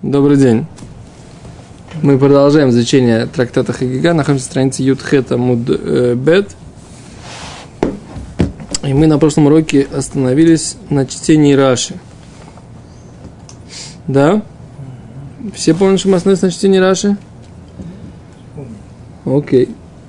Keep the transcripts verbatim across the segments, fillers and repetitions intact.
Добрый день. Мы продолжаем изучение трактата Хагига. Находимся на странице Ют-Хет Амуд э, Бет. И мы на прошлом уроке остановились на чтении Раши. Да? Все помнят, что мы остановились на чтении Раши? Окей.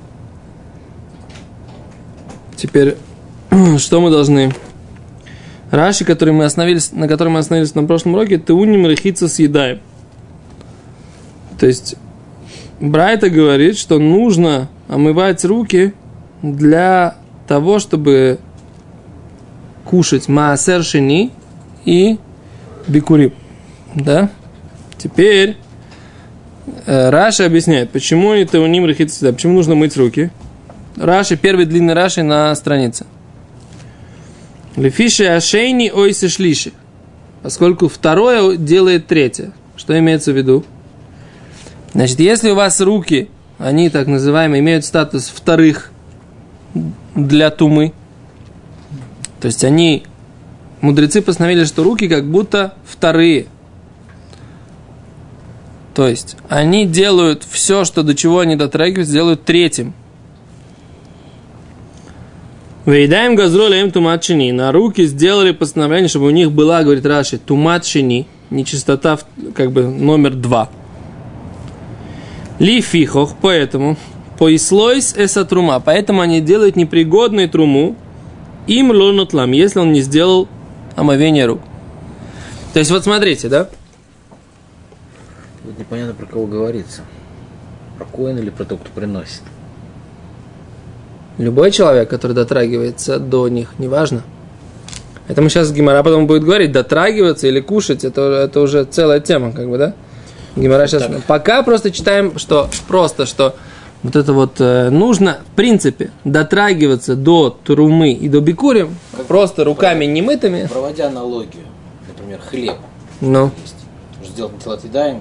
Теперь, что мы должны... Раши, который мы остановились, на котором мы остановились на прошлом уроке, Теуним рехица съедаем. То есть Брайта говорит, что нужно омывать руки для того, чтобы кушать маасер шени и бикурим. Да? Теперь э, Раши объясняет, почему Теуним рехица съедаем, почему нужно мыть руки. Раши, первый длинный Раши на странице. Лефиши ашейни ойсы шлиши. Поскольку второе делает третье. Что имеется в виду? Значит, если у вас руки, они так называемые, имеют статус вторых для тумы, то есть они, мудрецы постановили, что руки как будто вторые. То есть они делают все, что до чего они дотрагиваются, делают третьим. Вейдаем газролем тумат шини. На руки сделали постановление, чтобы у них была, говорит Раши, тумат шини, нечистота, как бы номер два. Ли фихох, поэтому, поислойс эса трума, поэтому они делают непригодной труму, им лонотлам, если он не сделал омовение рук. То есть, вот смотрите, да? Вот непонятно, про кого говорится. Про коэн или про того, кто приносит. Любой человек, который дотрагивается до них, неважно. Это мы сейчас Гемара потом будет говорить, дотрагиваться или кушать, это, это уже целая тема, как бы, да? Гемара сейчас... Так. Пока просто читаем, что просто, что вот это вот э, нужно, в принципе, дотрагиваться до трумы и до бикурим, как просто руками немытыми. Проводя аналогию, например, хлеб. Ну. Есть. Нужно сделать натилат едаем.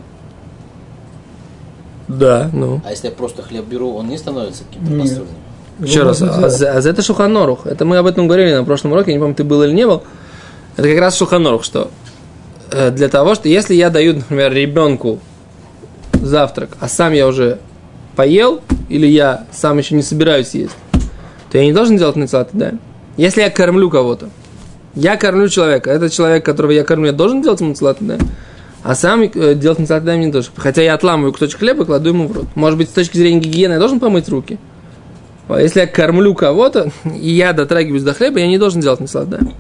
Да, ну. А если я просто хлеб беру, он не становится каким-то посольным? Еще раз, а, а, а это Шулхан Арух. Это мы об этом говорили на прошлом уроке, я не помню, ты был или не был. Это как раз Шулхан Арух, что э, для того, что если я даю, например, ребенку завтрак, а сам я уже поел, или я сам еще не собираюсь есть, то я не должен делать натилат едаем. Если я кормлю кого-то, я кормлю человека, этот человек, которого я кормлю, я должен делать натилат едаем, а сам э, делать натилат едаем не должен. Хотя я отламываю кусочек хлеба и кладу ему в рот. Может быть, с точки зрения гигиены я должен помыть руки. Если я кормлю кого-то, и я дотрагиваюсь до хлеба, я не должен делать натилат едаем.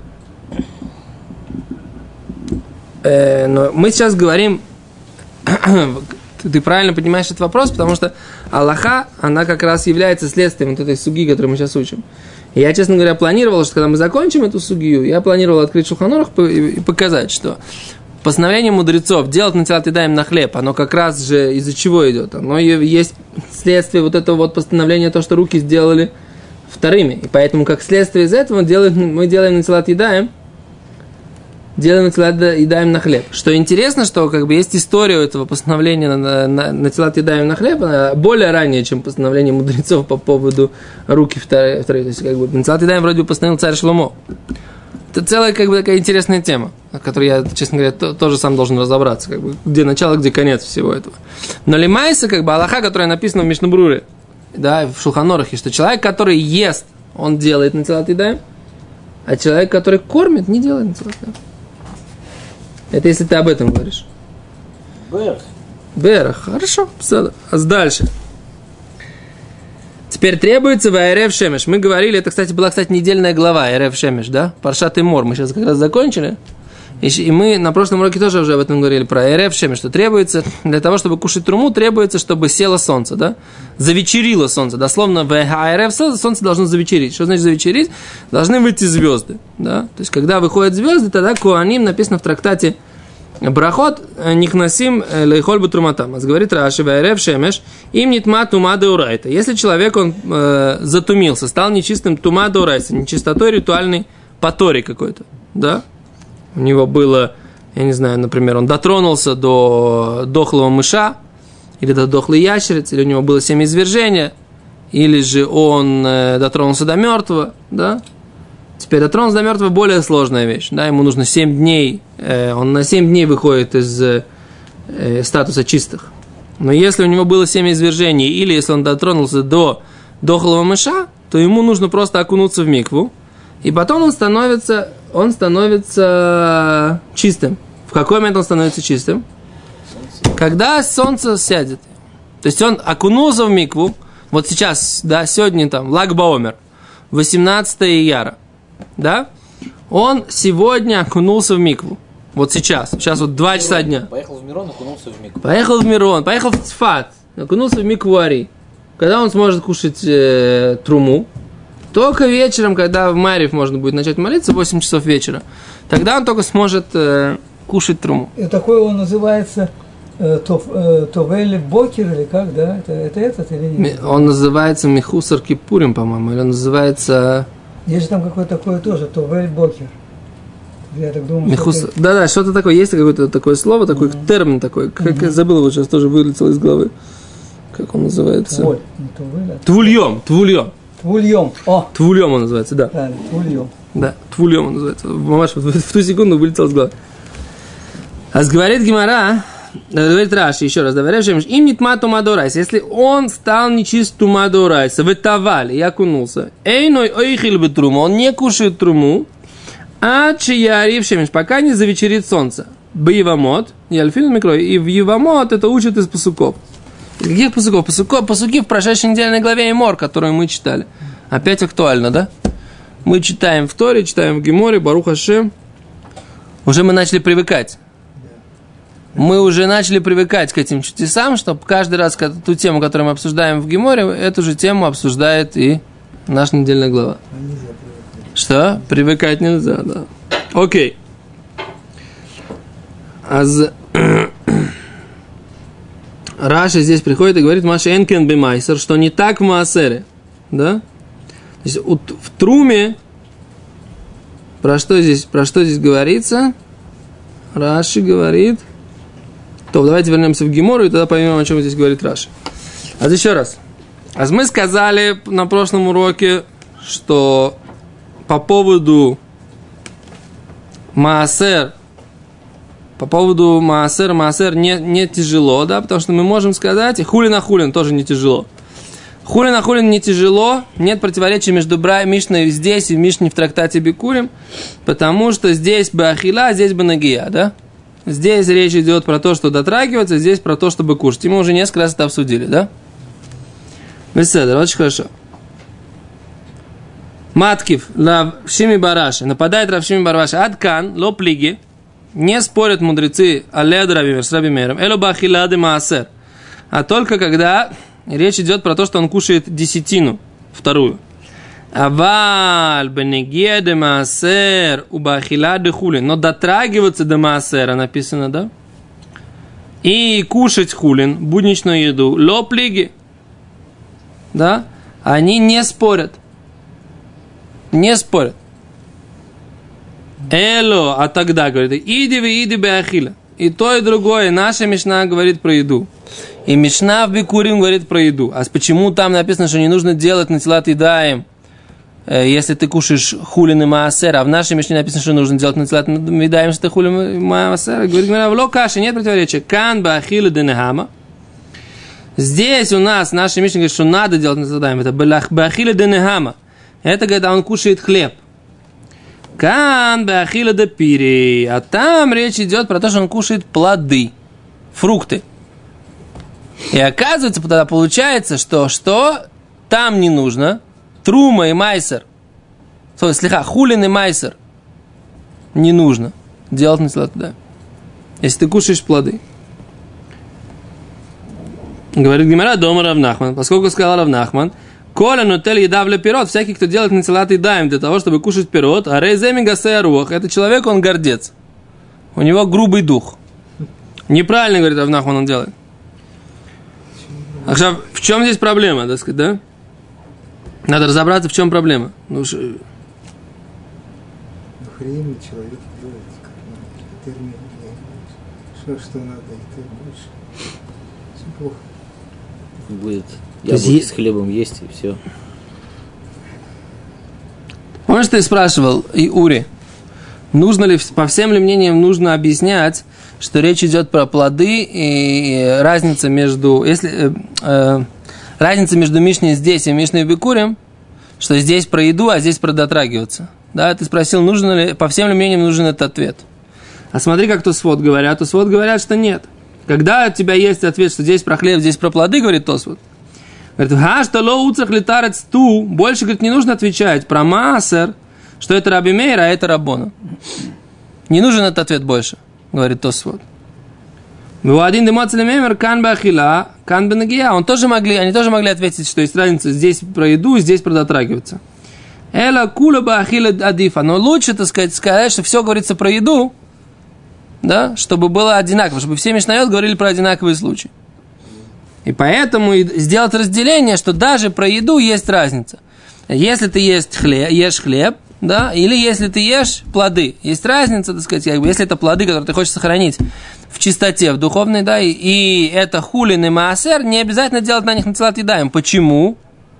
Э, но мы сейчас говорим, ты правильно понимаешь этот вопрос, потому что алаха, она как раз является следствием вот этой суги, которую мы сейчас учим. И я, честно говоря, планировал, что когда мы закончим эту сугию, я планировал открыть Шулхан Арух и показать, что постановление мудрецов делать натилат едаем на хлеб, оно как раз же из-за чего идет? Оно есть следствие вот этого вот постановления, то, что руки сделали вторыми. И поэтому, как следствие из этого, делаем, мы делаем натилат едаем, делаем натилат едаем на хлеб. Что интересно, что как бы есть история этого постановления на, на натилат едаем на хлеб, она более ранее, чем постановление мудрецов по поводу руки вторые. вторые. То есть, как бы, натилат едаем вроде бы постановил царь Шломо. Это целая, как бы, такая интересная тема, о которой я, честно говоря, то, тоже сам должен разобраться, как бы, где начало, где конец всего этого. Но лимайса, как бы, алаха, которая написана в Мишнабруре, да, в Шулхан Арухе, что человек, который ест, он делает натилат едаем, а человек, который кормит, не делает натилат едаем. Это если ты об этом говоришь. Берах. Берах, хорошо, а дальше. Теперь требуется в Эрев Шемеш. Мы говорили, это, кстати, была, кстати, недельная глава Эрев Шемеш, да? Паршат Эмор. Мы сейчас как раз закончили. И, и мы на прошлом уроке тоже уже об этом говорили, про Эрев Шемеш, что требуется, для того, чтобы кушать труму, требуется, чтобы село солнце, да? Завечерило солнце. Дословно, в Эрев солнце должно завечерить. Что значит завечерить? Должны выйти звезды, да? То есть, когда выходят звезды, тогда Коаним, написано в трактате Брахот, нихнасим лейхоль бутруматам. Говорит Раши, вайрев шемеш, им нитма тума деурайта. Если человек, он э, затумился, стал нечистым тума деурайта, нечистотой ритуальной по Торе какой-то, да? У него было, я не знаю, например, он дотронулся до дохлого мыша, или до дохлой ящерицы, или у него было семяизвержение, или же он э, дотронулся до мертвого, да? Теперь дотронуться до мертвого более сложная вещь. Да, ему нужно семь дней, э, он на семь дней выходит из, э, статуса чистых. Но если у него было семя извержений, или если он дотронулся до дохлого мыша, то ему нужно просто окунуться в микву, и потом он становится, он становится чистым. В какой момент он становится чистым? Когда солнце сядет. То есть он окунулся в микву, вот сейчас, да, сегодня там, Lag Baomer, восемнадцатое ияра, да, он сегодня окунулся в микву. Вот сейчас, сейчас вот два часа дня. Поехал в Мирон, окунулся в микву. Поехал в Мирон, поехал в Цфат, окунулся в микву Ари. Когда он сможет кушать э, труму? Только вечером, когда в Марьев можно будет начать молиться, в восемь часов вечера, тогда он только сможет э, кушать труму. И такой он называется э, тов, э, Товель Бокер или как, да? Это, это этот или нет? Он называется Михусар Кипурим, по-моему, или он называется... Есть же там какое-то такое тоже, Товель Бокер. Я так думаю, Михус... что это... Да-да, что-то такое, есть какое-то такое слово, такой mm-hmm. термин такой, как mm-hmm. я забыл его, сейчас тоже вылетел из головы. Как он называется? Тволь. Не Товель, а... Твульем, твульем. Твульем. О! Твульем он называется, да. Да, твульем. Да, твульем он называется. Мамаш, в, в ту секунду вылетел из головы. А говорит Гемара, говорит Раши, еще раз, говорит, им не тма тумадорайс, если он стал нечист тумадорайса, вытавали, и окунулся, эйной ойхил бы труму, он не кушает труму, а чья рившемиш, пока не завечерит солнце. Б'евамот, и альфин микро, и в Евамот это учат из пасуков. Из каких пасуков? Пасуков? Пасуки в прошедшей недельной главе Эмор, которую мы читали. Опять актуально, да? Мы читаем в Торе, читаем в Геморе, Барух Ашем. Уже мы начали привыкать. Мы уже начали привыкать к этим чудесам, чтобы каждый раз ту тему, которую мы обсуждаем в Геморе, эту же тему обсуждает и наша недельная глава. Что? Привыкать нельзя, да. Окей. Аз... Раша здесь приходит и говорит, Маша Энкен бимайсер, что не так в Маасере. Да? То есть в Труме, про что здесь, про что здесь говорится? Раши говорит. То, давайте вернемся в Гемору, и тогда поймем, о чем здесь говорит Раши. А еще раз. А мы сказали на прошлом уроке, что по поводу Маасер, по поводу Маасер, Маасер не, не тяжело, да, потому что мы можем сказать, и хулин на хулин тоже не тяжело. Хулин на хулин не тяжело, нет противоречия между Бра, Мишной здесь и Мишной в трактате Бикурим, потому что здесь бы ахила, а здесь бы нагия, да? Здесь речь идет про то, что дотрагиваться, здесь про то, чтобы кушать. И мы уже несколько раз это обсудили, да? Беседа, очень хорошо. Маткив, Рав Шими Бараши, нападает Рав Шими Бараши, Адкан, Лоплиги, не спорят мудрецы Алеад Равимер с Рабимером, Эло Бахила де Маасер, а только когда речь идет про то, что он кушает десятину, вторую. Аваль бенегия де Маасер у Бахила де Хулин, но дотрагиваться до Маасера написано, да? И кушать хулин, будничную еду, Лоплиги, да? Они не спорят. Не спорят. Эло, а тогда, говорит, иди вы, иди беахила. И то, и другое. Наша Мишна говорит про еду. И Мишна в Бикурим говорит про еду. А почему там написано, что не нужно делать натилат едаем, если ты кушаешь хулин и маасер, а в нашей Мишне написано, что нужно делать натилат едаем, если ты хулин и маасер. Говорит, в локаше нет противоречия. Кан беахила денехама. Здесь у нас в нашей Мишне говорит, что надо делать натилат едаем. Это беахила денехама. Это когда он кушает хлеб. Кан беахила де пири. А там речь идет про то, что он кушает плоды, фрукты. И оказывается, тогда получается, что что там не нужно. Трума и майсер. То есть, слегка, хулин и майсер. Не нужно делать натилат едаем, если ты кушаешь плоды. Говорит Гемара, дома Рав Нахман. Поскольку сказал Рав Нахман, Коля нотель еда в пирот, всякий, кто делает натилат едаем для того, чтобы кушать пирот, а рейземи гасея руах, это человек, он гордец. У него грубый дух. Неправильно, говорит Рав Нахман, он делает. А в чем здесь проблема, так сказать, да? Надо разобраться, в чем проблема. Ну, ш... Хрень человек делает, как термин. Что, что надо, это больше. Все плохо. Будет яблоки есть... с хлебом есть, и все. Помнишь, ты спрашивал, и Ури, нужно ли, по всем ли мнениям, нужно объяснять, что речь идет про плоды и разница между, если, э, э, разница между Мишней здесь и Мишней в Бикурим, что здесь про еду, а здесь про дотрагиваться. Да, ты спросил, нужно ли, по всем ли мнениям нужен этот ответ. А смотри, как Тосфот говорят. Тосфот говорят, что нет. Когда у тебя есть ответ, что здесь про хлеб, здесь про плоды, говорит Тосфот. Говорит, ха, что ло уцах литарец ту. Больше, говорит, не нужно отвечать про маасер, что это Раби Мейр, а это Раббона. Не нужен этот ответ больше, говорит Тосфот. Один демоцель меймер кан бахила, кан бенагия. Он тоже могли, они тоже могли ответить, что есть разница здесь про еду, здесь про дотрагиваться. Эла кула бахила адифа. Но лучше, так сказать, сказать, что все говорится про еду, да, чтобы было одинаково, чтобы все мишнайот говорили про одинаковые случаи. И поэтому сделать разделение, что даже про еду есть разница. Если ты есть хлеб, ешь хлеб, да, или если ты ешь плоды. Есть разница, так сказать, как бы, если это плоды, которые ты хочешь сохранить в чистоте, в духовной, да, и, и это хулин и маасер, не обязательно делать на них нацилат едаем. Почему?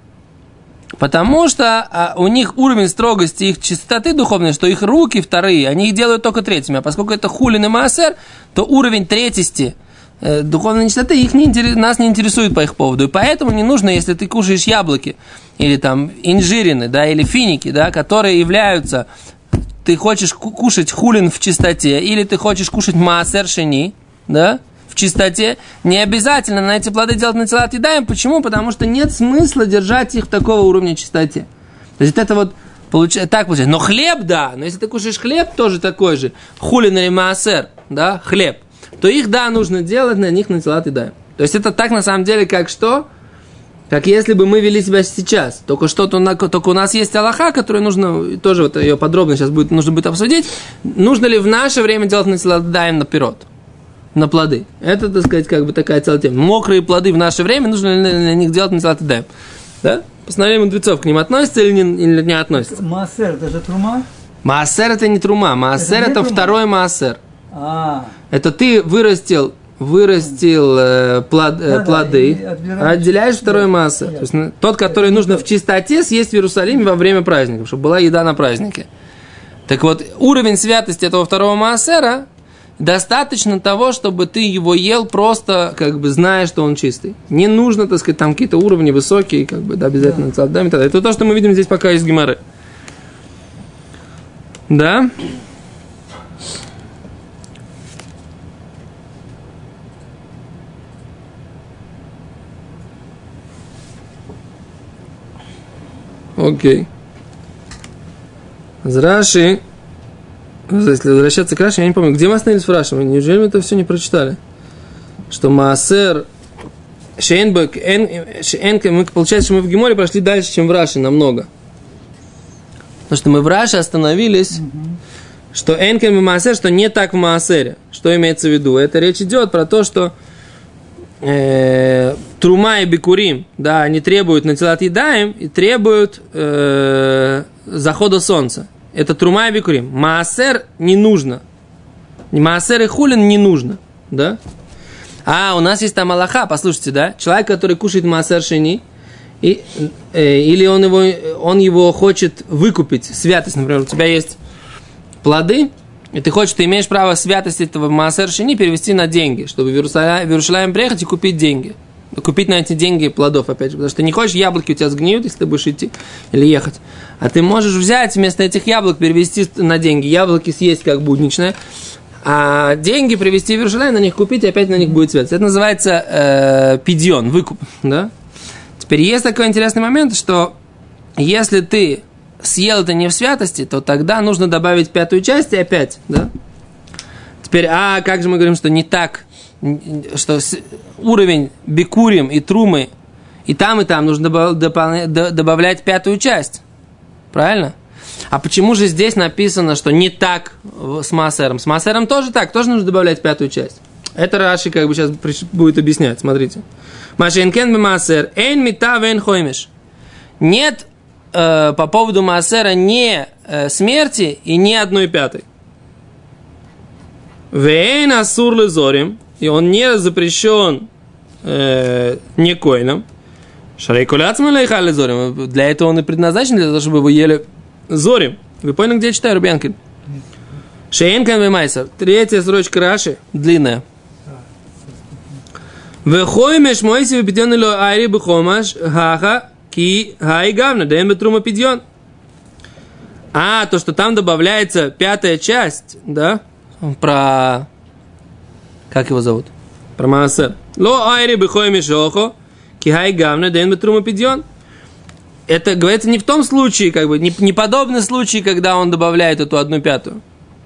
Потому что а, у них уровень строгости их чистоты духовной, что их руки вторые, они их делают только третьими. А поскольку это хулин и маасер, то уровень третьести э, духовной чистоты их не интерес, нас не интересует по их поводу. И поэтому не нужно, если ты кушаешь яблоки, или там инжирины, да, или финики, да, которые являются, ты хочешь кушать хулин в чистоте, или ты хочешь кушать маасер шени, да, в чистоте, не обязательно на эти плоды делать нацилат едаем. Почему? Потому что нет смысла держать их такого уровня чистоте. То есть это вот получается, так получается. Но хлеб, да, но если ты кушаешь хлеб, тоже такой же, хулин или маасер, да, хлеб, то их, да, нужно делать, на них нацилат едаем. То есть это так на самом деле, как что? Как если бы мы вели себя сейчас. Только что-то, только у нас есть алаха, которую нужно, тоже вот ее подробно сейчас будет, нужно будет обсудить. Нужно ли в наше время делать нацилат едаем на пирот? На плоды. Это, так сказать, как бы такая целая тема. Мокрые плоды в наше время, нужно ли на них делать нацилат едаем? Да? Постановление мудрецов к ним относится или не, или не относится? Маасер, это же трума? Маасер это не трума. Маасер это, это второй маасер. А. Это ты вырастил, вырастил э, плод, э, да, плоды, да, отделяешь второй маасер. То есть, тот, который это нужно в чистоте съесть в Иерусалиме во время праздника, чтобы была еда на празднике. Так вот, уровень святости этого второго маасера достаточно того, чтобы ты его ел просто, как бы, зная, что он чистый. Не нужно, так сказать, там какие-то уровни высокие, как бы, да, обязательно. Да. Да, это то, что мы видим здесь пока из Гемары. Да? Окей. С Раши, если возвращаться к Раши, я не помню, где мы остановились в Раши? Неужели мы это все не прочитали? Что Маасер, Шейнбек, мы, получается, что мы в Геморе прошли дальше, чем в Раши, намного. Потому что мы в Раши остановились, mm-hmm. что Энкен и Маасер, что не так в Маасере. Что имеется в виду? Это речь идет про то, что э, Трума и Бикурим, да, они требуют нацилат едаем и требуют э, захода солнца. Это Трума и Бикурим. Маасер не нужно. Маасер и хулин не нужно. Да? А, у нас есть там алаха, послушайте, да? Человек, который кушает маасер шени, и, э, или он его, он его хочет выкупить, святость, например, у тебя есть плоды, и ты хочешь, ты имеешь право святость этого маасер шени перевести на деньги, чтобы в Иерусалим, в Иерусалим приехать и купить деньги. Купить на эти деньги плодов, опять же. Потому что ты не хочешь, яблоки у тебя сгниют, если ты будешь идти или ехать. А ты можешь взять вместо этих яблок, перевести на деньги. Яблоки съесть как будничное, а деньги привезти в Иерусалим, на них купить, и опять на них будет святость. Это называется э, пидьон, выкуп. Да? Теперь есть такой интересный момент, что если ты съел это не в святости, то тогда нужно добавить пятую часть и опять. Да? Теперь, а как же мы говорим, что не так, что уровень бикурим и трумы и там, и там нужно добавлять пятую часть. Правильно? А почему же здесь написано, что не так с маасером? С маасером тоже так, тоже нужно добавлять пятую часть. Это Раши как бы сейчас будет объяснять. Смотрите. Машенкен бе маасер, эйн мита вейн хоймеш. Нет э, по поводу маасера не э, смерти и ни одной пятой. Вейн асур лезорим. И он не запрещен э, не коином. Для этого он и предназначен, для того, чтобы его ели зорим. Вы поняли, где я читаю, Рубянкин? Шейнкан вемайсер. Третья строчка Раши, длинная. Вехоймеш мойси вепидьон ило айри бхомаш хаха ки хай гавна дэм бетрума пидьон. А, то, что там добавляется пятая часть, да, про... Как его зовут? Про Маасер. Ло айри бхоймеш охо ки хай гавна дэм бетрума пидьон. Это говорится не в том случае, как бы, не, не подобный случай, когда он добавляет эту одну пятую.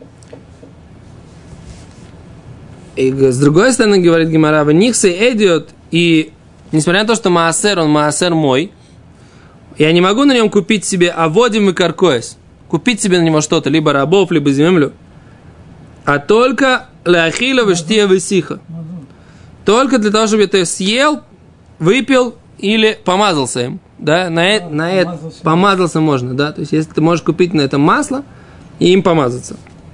И с другой стороны, говорит Гемара, в них се идет, и несмотря на то, что Маасер, он Маасер мой, я не могу на нем купить себе аводим и каркоес, купить себе на него что-то, либо рабов, либо землю, а только ляхила вештия весиха. Только для того, чтобы я это съел, выпил или помазался им. Да, на, э, на это помазался можно, да, то есть если ты можешь купить на это масло и им помазаться.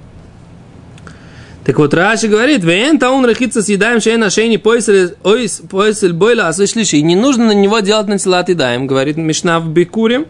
Так вот, Раши говорит, вен таун рахица съедаем шей на шейни поясель поясель бойла, а слышишь, и не нужно на него делать натилат и даем, говорит Мишна в Бикурим.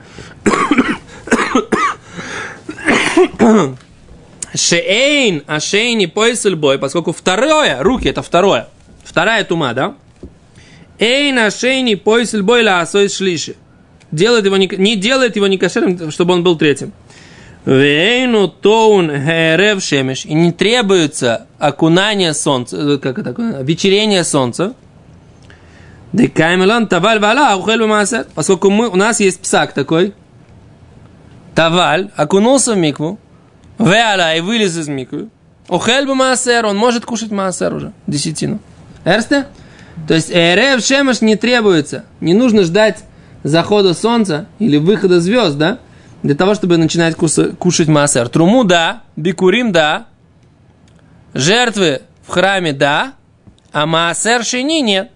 Шейн, а шейни поясель бой, поскольку второе, руки это второе, вторая тума, да? Эй на шейни поясель бойла, а слышишь, делает его не, не делает его некошерным, чтобы он был третьим. Вейну тоун херев шемеш. И не требуется окунание солнца, как это такое, вечерение солнца. Декаймелон таваль вала ухель бамасер. Поскольку мы, у нас есть псак такой. Таваль окунулся в микву. Веала и вылез из миквы. Ухель бамасер. Он может кушать маасер уже. Десятину. Эрсте? То есть херев шемеш не требуется. Не нужно ждать захода солнца или выхода звезд, да? Для того, чтобы начинать куса, кушать маасер. Труму, да. Бикурим, да. Жертвы в храме, да. А маасер шини нет.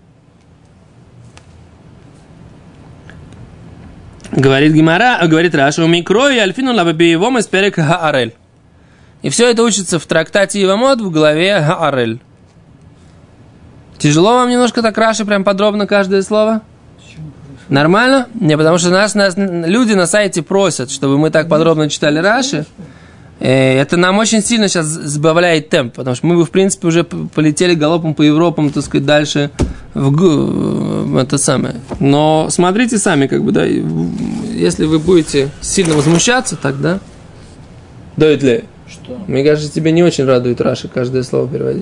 Говорит Гемара, говорит Раша, у микро и альфину лабабиевом из перек хаарель. И все это учится в трактате Ивамот в главе хаарель. Тяжело вам немножко так, Раши, прям подробно каждое слово? Нормально? Не, потому что нас, нас люди на сайте просят, чтобы мы так подробно читали Раши. И это нам очень сильно сейчас сбавляет темп, потому что мы бы, в принципе, уже полетели галопом по Европам, так сказать, дальше в, в это самое. Но смотрите сами, как бы, да, если вы будете сильно возмущаться, тогда... Дают ли? Что? Мне кажется, тебе не очень радует Раши каждое слово переводить.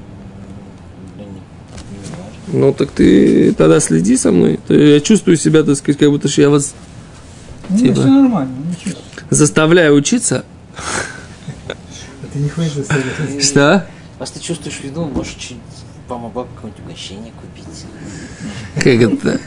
Ну, так ты тогда следи со мной. Я чувствую себя, так сказать, как будто что я вас типа, все нормально, не заставляю учиться. Ты не хочешь заставлять. Что? Раз ты чувствуешь вину, можешь чуть помогать какое-нибудь угощение купить. Как это?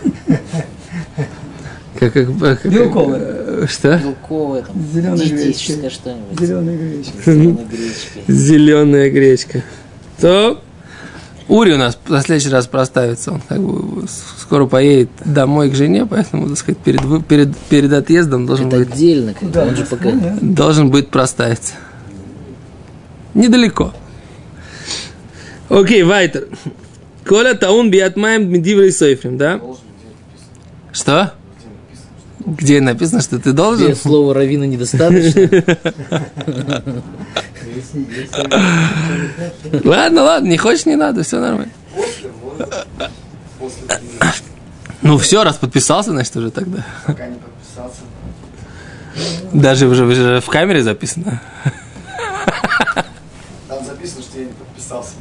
Как, как, как, белковое. Что? Белковое, там, зеленая диетическое что-нибудь. Зеленая гречка. Зеленая гречка. Зеленая гречка. То... Ури у нас в следующий раз проставится, он как бы скоро поедет домой к жене, поэтому, так сказать, перед, перед, перед отъездом должен это будет... отдельно, когда он же пока... Должен будет проставиться. Недалеко. Окей, вайтер. Коля таун биатмаем медиврей сойфрим, да? Что? Где написано, что ты должен? Где слова раввина недостаточно? Ладно, ладно, не хочешь, не надо, все нормально. Ну все, раз подписался, значит уже тогда. Пока не подписался. Даже уже, уже в камере записано. Там записано, что я не подписался.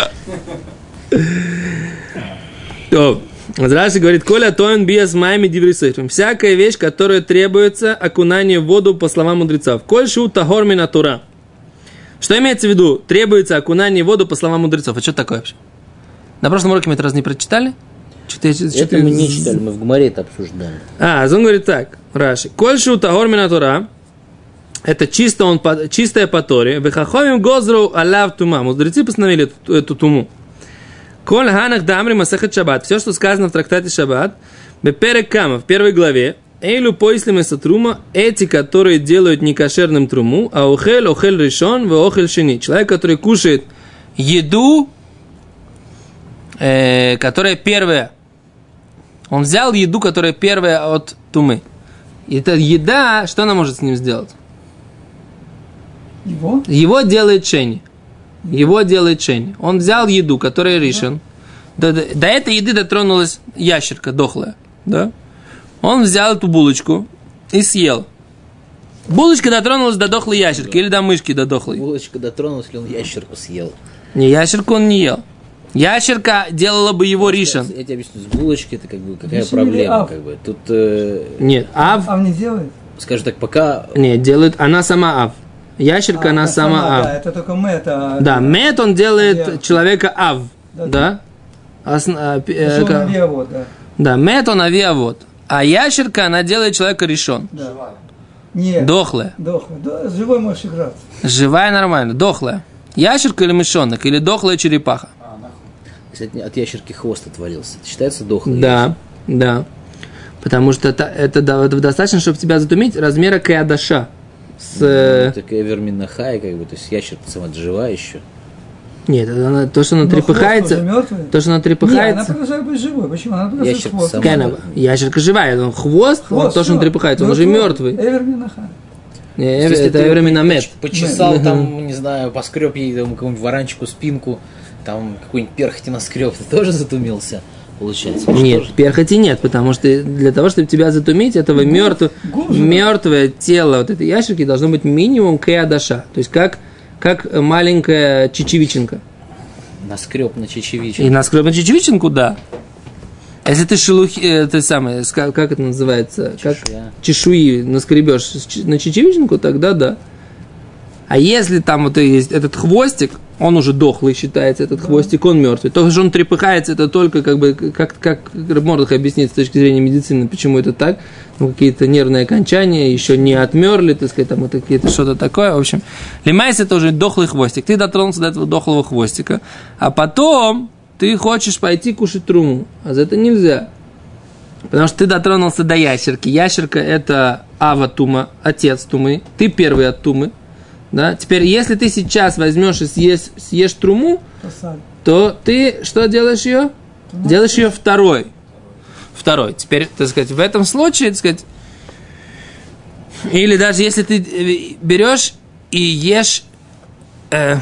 О, Раши говорит, Коля тоен биас майми диврисойфим. Всякая вещь, которая требуется окунание в воду по словам мудрецов. Коль шу тахор мина тура. Что имеется в виду? Требуется окунание в воду по словам мудрецов. А что такое вообще? На прошлом уроке мы это раз не прочитали? Что-то, что-то... Это мы не читали, мы в Гмаре это обсуждали. А, он говорит так, Раши. Коль шу тахор мина тура. Это чисто он, чистая по Торе. Вехахомим гозру алав тума. Мудрецы постановили эту, эту туму. Коль ханах дамри масахат шаббат. Все, что сказано в трактате Шаббат. Беперек кама, в первой главе. Эйлю поислим трума, эти, которые делают некошерным труму, а охель, охель решон, в охель шини. Человек, который кушает еду, э, которая первая. Он взял еду, которая первая от тумы. И эта еда, что она может с ним сделать? Его? Его делает Шени. Его делает Шени. Он взял еду, которая решен. До, до, до этой еды дотронулась ящерка дохлая. Да? Он взял эту булочку и съел. Булочка дотронулась до дохлой ящерки или до мышки до дохлой. Булочка дотронулась, или он ящерку съел? Не, ящерку он не ел. Ящерка делала бы его ришен. Я тебе объясню, с булочкой это как бы какая Решили проблема, ав. как бы. Тут, э, Нет, ав. Ав не делает? скажем так, пока Нет, делает, она сама ав. Ящерка, А, она это сама ав. Да, это только мет. А, Да, мет он делает Авиа. человека ав. Да, Да? Осн- а, пи- э, Шел ка- на авиавод, да. Да, мет он авиавод. А ящерка, она делает человека решен. да. Нет, Дохлая. дохлый. Да, живой можешь играть. Живая нормально. Дохлая. Ящерка или мышонок, или дохлая черепаха. если от ящерки хвост отвалился, это считается дохлый. Да, да. Потому что это, это, да, это достаточно, чтобы тебя затумить, размера каядаша. С, э, Так эверминахай, как бы, то есть ящерка сама живая еще. Нет, это она, то, что она Но хвост трепыхается, уже мертвый? то, что она Нет, она трепыхается. продолжает быть живой. Почему? Она продолжает Ящерка хвост. сама. Какая она? Ящерка живая, но хвост, Хвост, он, то, что он всё. трепыхается, он уже мертвый. Эверминахай. Не, То есть, если это ты эверминамет. Почесал Мгм. там, не знаю, поскреб ей там какую-нибудь варанчику спинку, там какой-нибудь перхоти наскреб, ты тоже затумился, получается? Нет, Что ж? перхоти нет, потому что для того, чтобы тебя затумить, этого мертв... глубже. мертвое тело вот этой ящерки должно быть минимум каядаша. То есть как, как маленькая чечевиченка. Наскреб на чечевичку. И наскреб на чечевиченку, да. Если ты шелухи, э, ты самое, ска- как это называется, как Чешуя. чешуи наскребешь с ч- на чечевиченку, тогда да. А если там вот есть этот хвостик, он уже дохлый считается, этот хвостик, он мертвый. То, что он трепыхается, это только как бы, как, как Мордых объяснит с точки зрения медицины, почему это так. Ну, какие-то нервные окончания еще не отмерли, так сказать, там это какие-то что-то такое. В общем, лимайс это уже дохлый хвостик. Ты дотронулся до этого дохлого хвостика, а потом ты хочешь пойти кушать труму, а за это нельзя. Потому что ты дотронулся до ящерки. Ящерка это ава тума, отец тумы. Ты первый от тумы. Да? Теперь, если ты сейчас возьмешь и съешь, съешь труму, Посадь. то ты что делаешь ее? Делаешь ее второй. Второй. Теперь, так сказать, в этом случае, так сказать, или даже если ты э, берешь и ешь, э,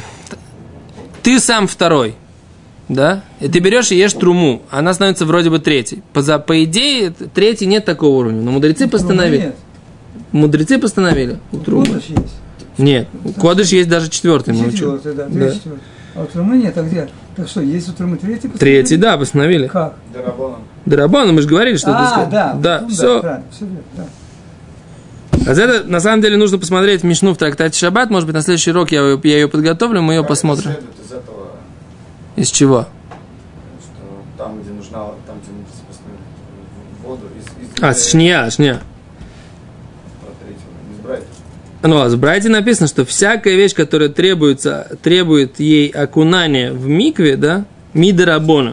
ты сам второй, да, и ты берешь и ешь труму, она становится вроде бы третьей. По, за- по идее, третий нет такого уровня, но мудрецы постановили. Нет. Мудрецы постановили. у трумы. Кодыш есть. Нет, у кодыш есть даже четвертый. мы учим. Четвертый, да, Да. третий, четвертый. А у Трумы нет, а где? Так что, есть у Трумы третий? Третий, да, постановили. Как? Дарабану, мы же говорили, что это А, сказать. да, да, потом, все. правильно, все верно, да. А за это, на самом деле, нужно посмотреть Мишну в трактате Шаббат. Может быть, на следующий урок я, ее- я ее подготовлю, мы ее посмотрим. Из этого, Из чего? что там, где нужна, там, где нужно спасать воду, из, из А, с шния, шния. про третьего, из Брайта. Ну, а в Брайте написано, что всякая вещь, которая требуется, требует ей окунания в микве, да, мидарабона.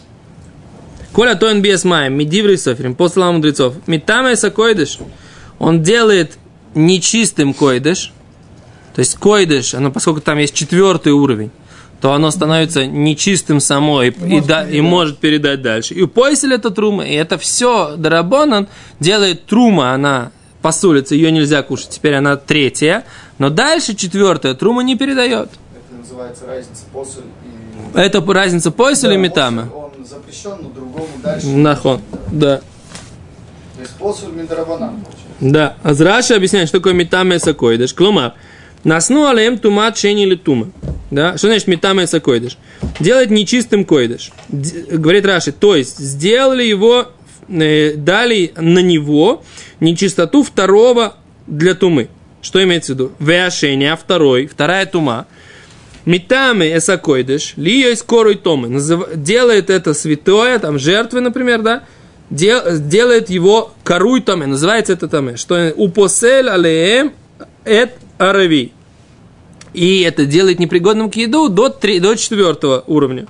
Коля тоин биес маем, мидиврей софрим, по словам мудрецов, митамеса койдыш, он делает нечистым койдыш, то есть койдыш, оно, поскольку там есть четвертый уровень, то оно становится нечистым само и, и, может да, и передать. может передать дальше. И пойсель это трума, и это все дарабонан делает трума, она посулится, ее нельзя кушать, теперь она третья, но дальше четвертая трума не передает. Это называется разница посоль и... Это разница пойсель и Да, метамы. посоль, он запрещен, но другому дальше... Нахон, да. То есть посоль миндарабанан, получается. Да, а Раша объясняет, что такое метаме сакойдыш. Клумар, насну алеем тума чени или тума. Да? Что значит метаме сакойдыш? Делать нечистым койдыш. Д- говорит Раши, то есть сделали его, э, дали на него нечистоту второго для тумы. Что имеется в виду? Веашения, второй, вторая тума. Метаме эсакойдыш, лией скорой томы. Назыв- Делает это святое, там жертвы, например, да? Дел, делает его коруй томе, называется это томе, что упосель алеем эт арави. И это делает непригодным к еду до, три, до четвертого уровня.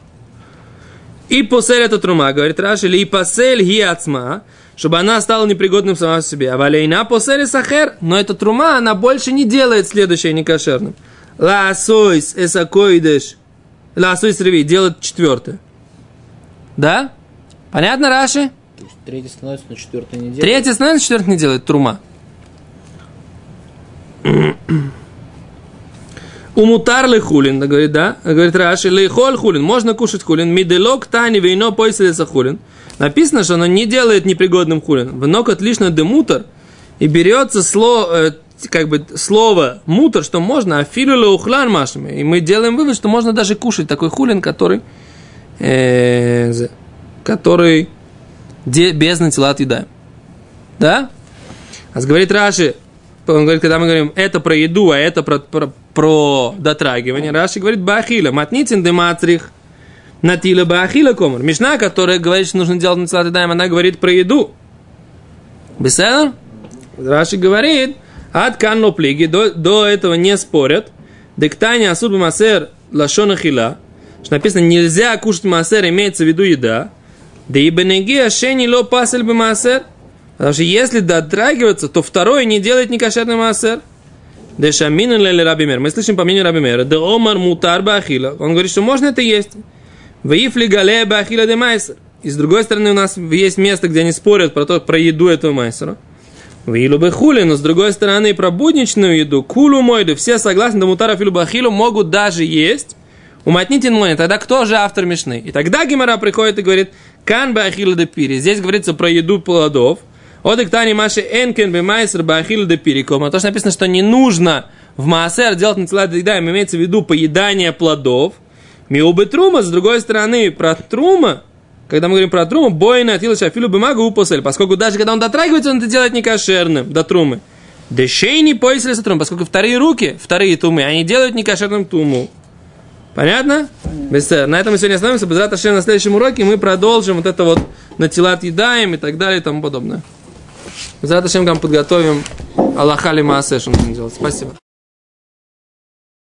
И посель это трума, говорит Раши, или и посель гиацма, чтобы она стала непригодным сама по себе. А валейна посель сахер, но эта трума, она больше не делает следующее некошерным. Ласойс эсакойдеш, ласойс реви, делает четвертое. Да? Понятно, Раши? То есть третий становится, но четвертый не делает. Третье становится, четвертый не делает, трума. Умутар ли хулин, говорит, да? Говорит Раши, лейхоль хулин, можно кушать хулин, миделок тани вейно пойселеса хулин. Написано, что оно не делает непригодным хулин. Внок отлично демутар, и берется слово, как бы, слово мутар, что можно, а филюля ухлан машами. И мы делаем вывод, что можно даже кушать такой хулин, который, э, который де, без натилат едаем. Да? А говорит Раши, он говорит, когда мы говорим, это про еду, а это про, про, про дотрагивание, Раши говорит, бахила, матницин де мацрих, натила бахила комар. Мишна, которая говорит, что нужно делать натилат едаем, она говорит про еду. Беседа? Раши говорит, от канно плиги, до, до этого не спорят, дектания асуд масер лашона хила, что написано, нельзя кушать масер, имеется в виду еда, да и бенеги ашени ло пасель бы масер. Потому что если дотрагиваться, то второй не делает некошерный маасер. Дешамин или Рабимер. Мы слышим по мнению Рабимера. Де омар мутар бахила. Он говорит, что можно это есть. Ваифли гале бахила де майсер. И с другой стороны у нас есть место, где они спорят про, то, про еду этого майсера. Ваилу бахули, но с другой стороны про будничную еду. Кулу мойду. Все согласны, да мутар афилу бахилу могут даже есть. Уматнитин мой. Тогда кто же автор Мишны? И тогда Гемара приходит и говорит, кан бахила де пири. Здесь говорится про еду плодов. Одек тани маши энкен бемайсер бахил де пириком. А то, что написано, что не нужно в маасер делать натилат едаем, имеется в виду поедание плодов. Миубы трума, с другой стороны, про трума, когда мы говорим про труму, бойна атила шафилу бумагу упосель, поскольку даже когда он дотрагивается, он это делает некошерным до трумы. Дешейни поясли с трумы, поскольку вторые руки, вторые тумы, они делают некошерным туму. Понятно? Понятно? На этом мы сегодня остановимся. Безрат Ашем, на следующем уроке мы продолжим вот это вот натилат едаем и так далее и тому подобное. Безрат Ашем, подготовим Аллаха ли маасе, что нужно делать. Спасибо.